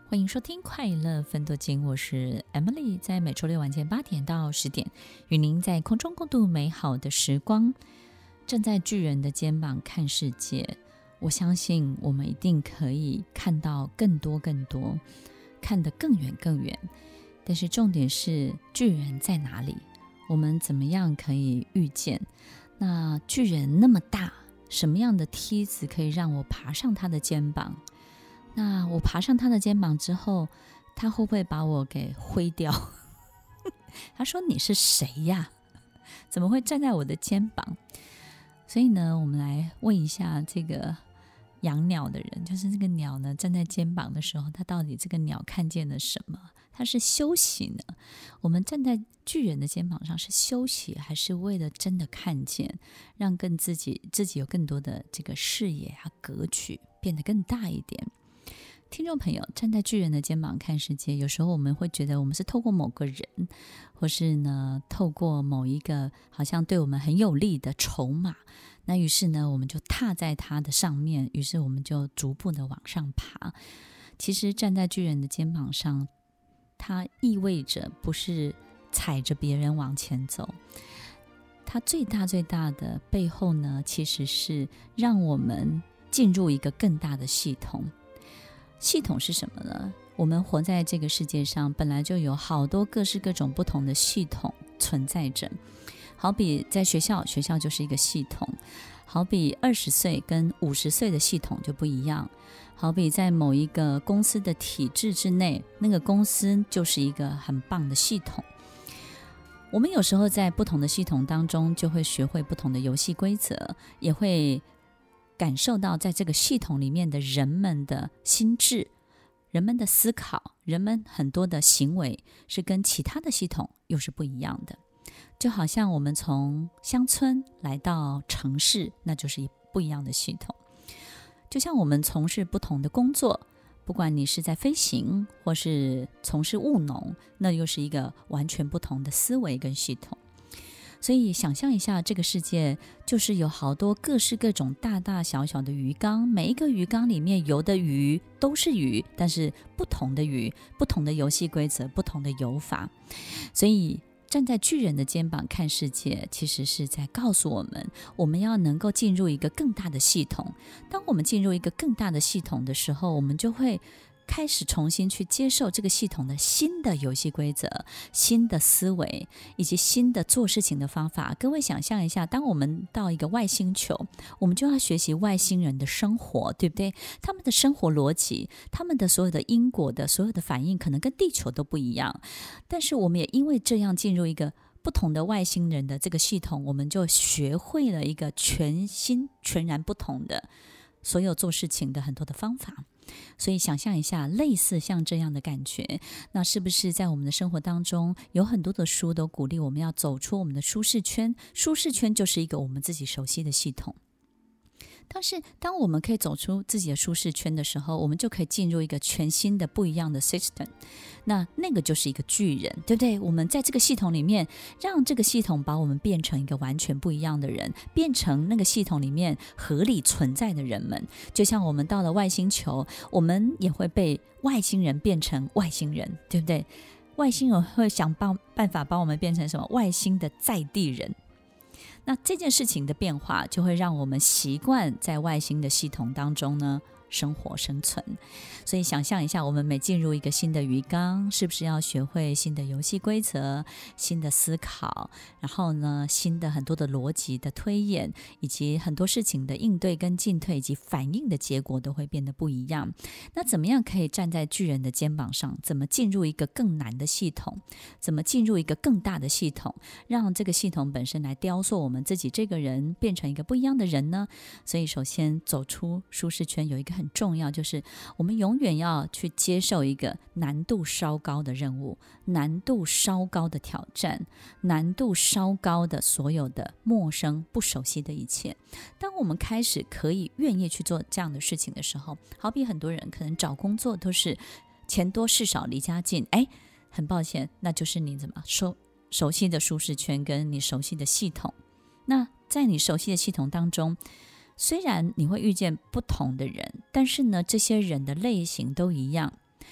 欢迎收听快乐分多金，我是 Emily， 在每周六晚间8点到10点，与您在空中共度美好的时光。站在巨人的肩膀看世界，我相信我们一定可以看到更多更多，看得更远更远。但是重点是巨人在哪里？我们怎么样可以遇见？那巨人那么大，什么样的梯子可以让我爬上他的肩膀？那我爬上他的肩膀之后，他会不会把我给挥掉？他说你是谁呀？怎么会站在我的肩膀？所以呢，我们来问一下这个养鸟的人，就是这个鸟呢站在肩膀的时候，它到底这个鸟看见了什么？它是休息呢？我们站在巨人的肩膀上是休息，还是为了真的看见，让自己有更多的这个视野啊、格局变得更大一点？听众朋友，站在巨人的肩膀看世界，有时候我们会觉得我们是透过某个人，或是呢透过某一个好像对我们很有利的筹码，那于是呢我们就踏在它的上面，于是我们就逐步的往上爬。其实站在巨人的肩膀上，它意味着不是踩着别人往前走，它最大的背后呢，其实是让我们进入一个更大的系统。系统是什么呢？我们活在这个世界上，本来就有好多各式各种不同的系统存在着。好比在学校就是一个系统，好比20岁跟50岁的系统就不一样，好比在某一个公司的体制之内，那个公司就是一个很棒的系统。我们有时候在不同的系统当中，就会学会不同的游戏规则，也会感受到在这个系统里面的人们的心智、人们的思考、人们很多的行为是跟其他的系统又是不一样的。就好像我们从乡村来到城市，那就是不一样的系统。就像我们从事不同的工作，不管你是在飞行或是从事务农，那又是一个完全不同的思维跟系统。所以想象一下，这个世界就是有好多各式各种大大小小的鱼缸，每一个鱼缸里面游的鱼都是鱼，但是不同的鱼，不同的游戏规则，不同的游法。所以站在巨人的肩膀看世界，其实是在告诉我们，我们要能够进入一个更大的系统。当我们进入一个更大的系统的时候，我们就会开始重新去接受这个系统的新的游戏规则、新的思维以及新的做事情的方法。各位想象一下，当我们到一个外星球，我们就要学习外星人的生活，对不对？他们的生活逻辑，他们的所有的因果的所有的反应可能跟地球都不一样，但是我们也因为这样进入一个不同的外星人的这个系统，我们就学会了一个全新全然不同的所有做事情的很多的方法。所以想象一下，类似像这样的感觉，那是不是在我们的生活当中有很多的书都鼓励我们要走出我们的舒适圈？舒适圈就是一个我们自己熟悉的系统。但是当我们可以走出自己的舒适圈的时候，我们就可以进入一个全新的不一样的 system， 那个就是一个巨人，对不对？我们在这个系统里面，让这个系统把我们变成一个完全不一样的人，变成那个系统里面合理存在的人们。就像我们到了外星球，我们也会被外星人变成外星人，对不对？外星人会想办法把我们变成什么？外星的在地人。那这件事情的变化就会让我们习惯在外星的系统当中呢生活生存。所以想象一下，我们每进入一个新的鱼缸，是不是要学会新的游戏规则、新的思考，然后呢新的很多的逻辑的推演，以及很多事情的应对跟进退以及反应的结果都会变得不一样。那怎么样可以站在巨人的肩膀上？怎么进入一个更难的系统？怎么进入一个更大的系统？让这个系统本身来雕塑我们自己这个人，变成一个不一样的人呢？所以首先走出舒适圈有一个很重要，就是我们永远要去接受一个难度稍高的任务，难度稍高的挑战，难度稍高的所有的陌生不熟悉的一切。当我们开始可以愿意去做这样的事情的时候，好比很多人可能找工作都是钱多事少离家近，很抱歉，那就是你怎么熟悉的舒适圈跟你熟悉的系统。那在你熟悉的系统当中，虽然你会遇见不同的人，但是呢，这些人的类型都一样。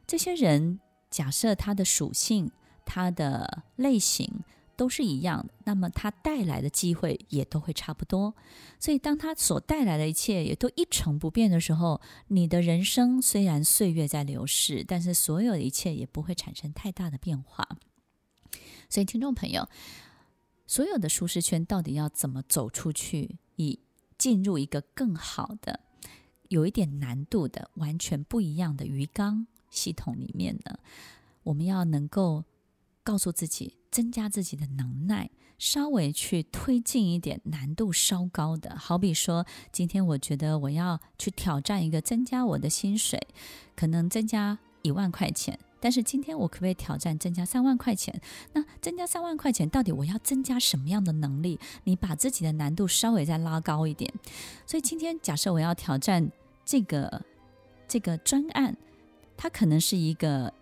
这些人假设他的属性、他的类型都是一样的，那么他带来的机会也都会差不多。所以当他所带来的一切也都一成不变的时候，你的人生虽然岁月在流逝，但是所有的一切也不会产生太大的变化。所以听众朋友，所有的舒适圈到底要怎么走出去，以进入一个更好的、有一点难度的、完全不一样的鱼缸系统里面呢？我们要能够告诉自己，增加自己的能耐，稍微去推进一点难度稍高的。好比说，今天我觉得我要去挑战一个增加我的薪水，可能增加1万块钱，但是今天我可不可以挑战增加3万块钱？那增加3万块钱，到底我要增加什么样的能力？你把自己的难度稍微再拉高一点。所以今天假设我要挑战这个专案，它可能是一个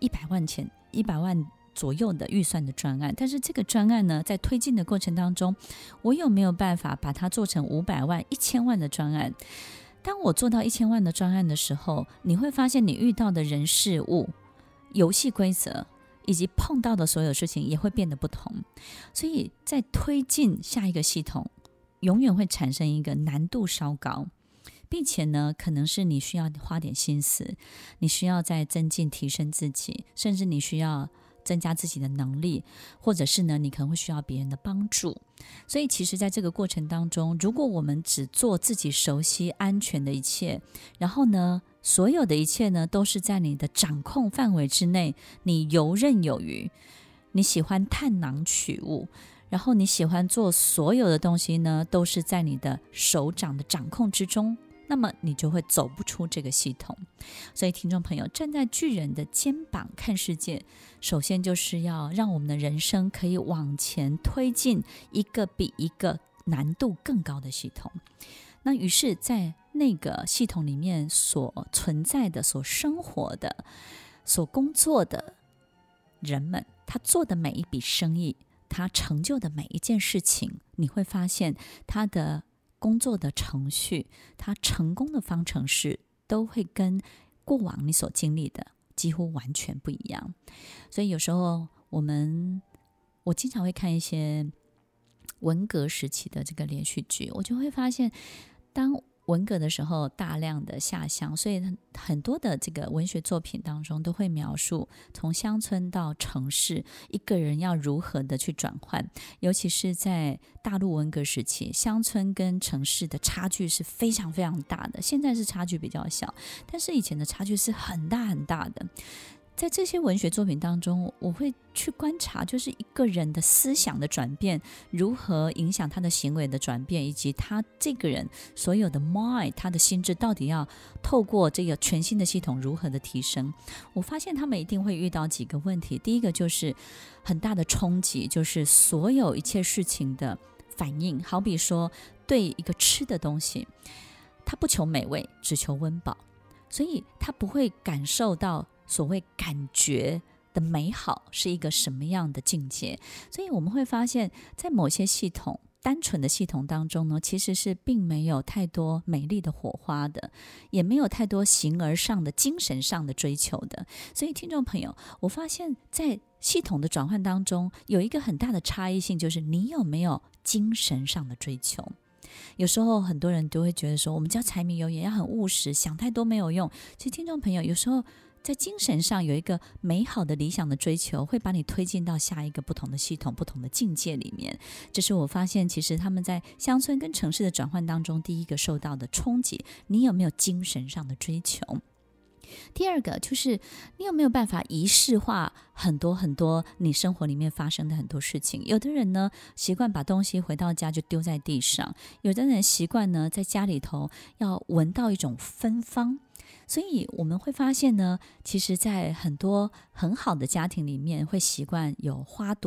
100万左右的预算的专案，但是这个专案呢，在推进的过程当中，我有没有办法把它做成500万、1000万的专案？当我做到1000万的专案的时候，你会发现你遇到的人事物、游戏规则以及碰到的所有事情也会变得不同。所以在推进下一个系统，永远会产生一个难度稍高，并且呢，可能是你需要花点心思，你需要再增进提升自己，甚至你需要增加自己的能力，或者是呢，你可能会需要别人的帮助。所以其实在这个过程当中，如果我们只做自己熟悉安全的一切，然后呢，所有的一切呢都是在你的掌控范围之内，你游刃有余，你喜欢探囊取物，然后你喜欢做所有的东西呢都是在你的手掌的掌控之中，那么你就会走不出这个系统。所以听众朋友，站在巨人的肩膀看世界，首先就是要让我们的人生可以往前推进一个比一个难度更高的系统。那于是在那个系统里面所存在的、所生活的、所工作的人们，他做的每一笔生意，他成就的每一件事情，你会发现他的工作的程序，他成功的方程式都会跟过往你所经历的几乎完全不一样。所以有时候我经常会看一些文革时期的这个连续剧，我就会发现，当文革的时候大量的下乡，所以很多的这个文学作品当中都会描述从乡村到城市，一个人要如何的去转换。尤其是在大陆文革时期，乡村跟城市的差距是非常非常大的，现在是差距比较小，但是以前的差距是很大很大的。在这些文学作品当中，我会去观察，就是一个人的思想的转变如何影响他的行为的转变，以及他这个人所有的 mind， 他的心智到底要透过这个全新的系统如何的提升。我发现他们一定会遇到几个问题。第一个就是很大的冲击，就是所有一切事情的反应。好比说对一个吃的东西，他不求美味，只求温饱，所以他不会感受到所谓感觉的美好是一个什么样的境界。所以我们会发现，在某些系统，单纯的系统当中呢，其实是并没有太多美丽的火花的，也没有太多形而上的精神上的追求的。所以听众朋友，我发现在系统的转换当中有一个很大的差异性，就是你有没有精神上的追求。有时候很多人都会觉得说，我们叫柴米油盐，要很务实，想太多没有用。其实听众朋友，有时候在精神上有一个美好的理想的追求，会把你推进到下一个不同的系统、不同的境界里面。这是我发现其实他们在乡村跟城市的转换当中第一个受到的冲击。你有没有精神上的追求？第二个就是你有没有办法仪式化很多很多你生活里面发生的很多事情。有的人呢习惯把东西回到家就丢在地上，有的人习惯呢在家里头要闻到一种芬芳。所以我们会发现呢，其实在很多很好的家庭里面会习惯有花朵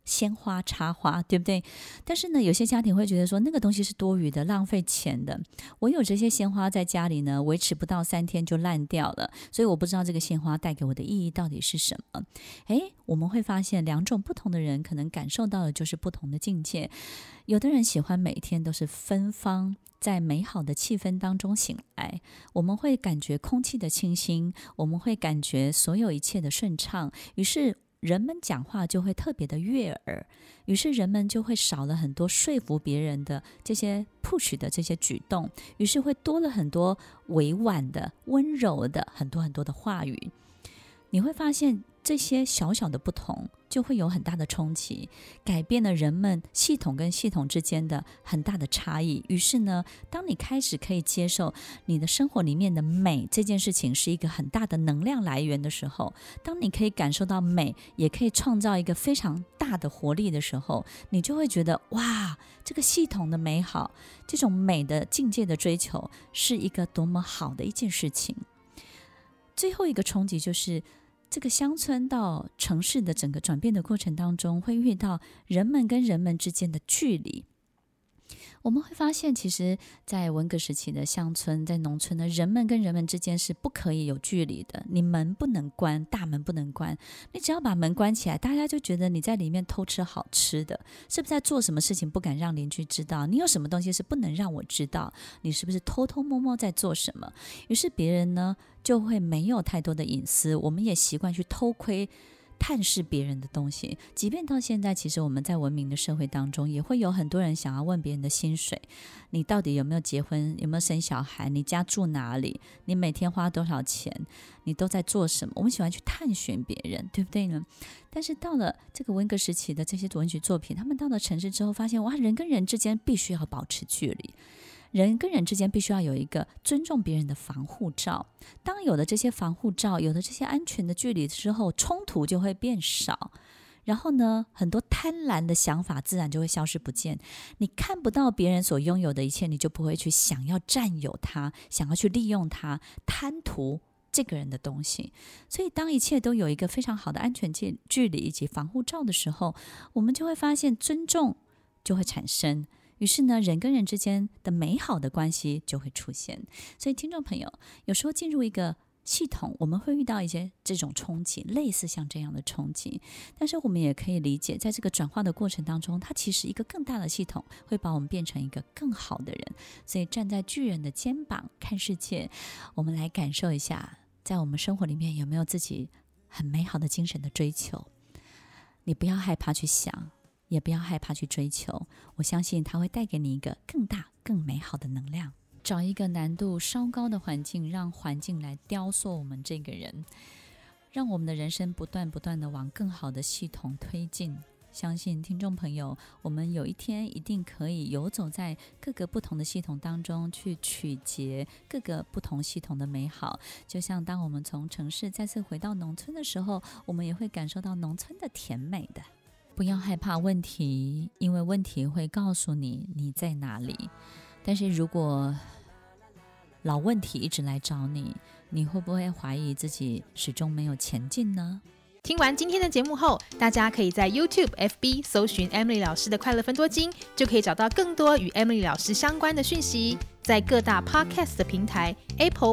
鲜花插花，对不对？但是呢，有些家庭会觉得说那个东西是多余的，浪费钱的。我有这些鲜花在家里呢，维持不到3天就烂掉了，所以我不知道这个鲜花带给我的意义到底是什么。我们会发现2种不同的人可能感受到的就是不同的境界。有的人喜欢每天都是芬芳，在美好的气氛当中醒来，我们会感觉空气的清新，我们会感觉所有一切的顺畅，于是人们讲话就会特别的悦耳，于是人们就会少了很多说服别人的这些 push 的这些举动，于是会多了很多委婉的、温柔的很多很多的话语。你会发现这些小小的不同就会有很大的冲击，改变了人们系统跟系统之间的很大的差异。于是呢，当你开始可以接受你的生活里面的美这件事情是一个很大的能量来源的时候，当你可以感受到美，也可以创造一个非常大的活力的时候，你就会觉得哇，这个系统的美好，这种美的境界的追求是一个多么好的一件事情。最后一个冲击就是这个乡村到城市的整个转变的过程当中，会遇到人们跟人们之间的距离。我们会发现，其实在文革时期的乡村，在农村的人们跟人们之间是不可以有距离的，你门不能关，大门不能关，你只要把门关起来，大家就觉得你在里面偷吃好吃的，是不是在做什么事情不敢让邻居知道，你有什么东西是不能让我知道，你是不是偷偷摸摸在做什么。于是别人呢就会没有太多的隐私，我们也习惯去偷窥探视别人的东西。即便到现在，其实我们在文明的社会当中，也会有很多人想要问别人的薪水，你到底有没有结婚，有没有生小孩，你家住哪里，你每天花多少钱，你都在做什么。我们喜欢去探寻别人，对不对呢？但是到了这个文革时期的这些文学作品，他们到了城市之后发现，哇，人跟人之间必须要保持距离，人跟人之间必须要有一个尊重别人的防护罩。当有了这些防护罩，有了这些安全的距离之后，冲突就会变少，然后呢，很多贪婪的想法自然就会消失不见。你看不到别人所拥有的一切，你就不会去想要占有它，想要去利用它，贪图这个人的东西。所以当一切都有一个非常好的安全距离以及防护罩的时候，我们就会发现尊重就会产生，于是呢，人跟人之间的美好的关系就会出现。所以听众朋友，有时候进入一个系统，我们会遇到一些这种冲击，类似像这样的冲击，但是我们也可以理解，在这个转化的过程当中，它其实一个更大的系统会把我们变成一个更好的人。所以站在巨人的肩膀看世界，我们来感受一下，在我们生活里面有没有自己很美好的精神的追求。你不要害怕去想，也不要害怕去追求，我相信它会带给你一个更大更美好的能量。找一个难度稍高的环境，让环境来雕塑我们这个人，让我们的人生不断的往更好的系统推进。相信听众朋友，我们有一天一定可以游走在各个不同的系统当中，去取撷各个不同系统的美好。就像当我们从城市再次回到农村的时候，我们也会感受到农村的甜美的。不要害怕问题，因为问题会告诉你你在哪里。但是如果老问题一直来找你，你会不会怀疑自己始终没有前进呢？ 听完今天的节目后，大家可以在 YouTube、FB 搜寻 Emily 老师的快乐分多金，就可以找到更多与 Emily 老师相关的讯息。在各大 Podcast 的平台 Apple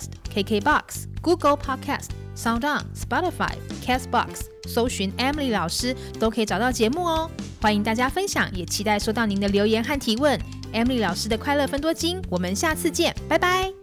Podcast、KKBox、Google Podcast、SoundOn、Spotify、Castbox 搜寻 Emily 老师都可以找到节目哦。欢迎大家分享，也期待收到您的留言和提问。Emily 老师的快乐分多金，我们下次见，拜拜。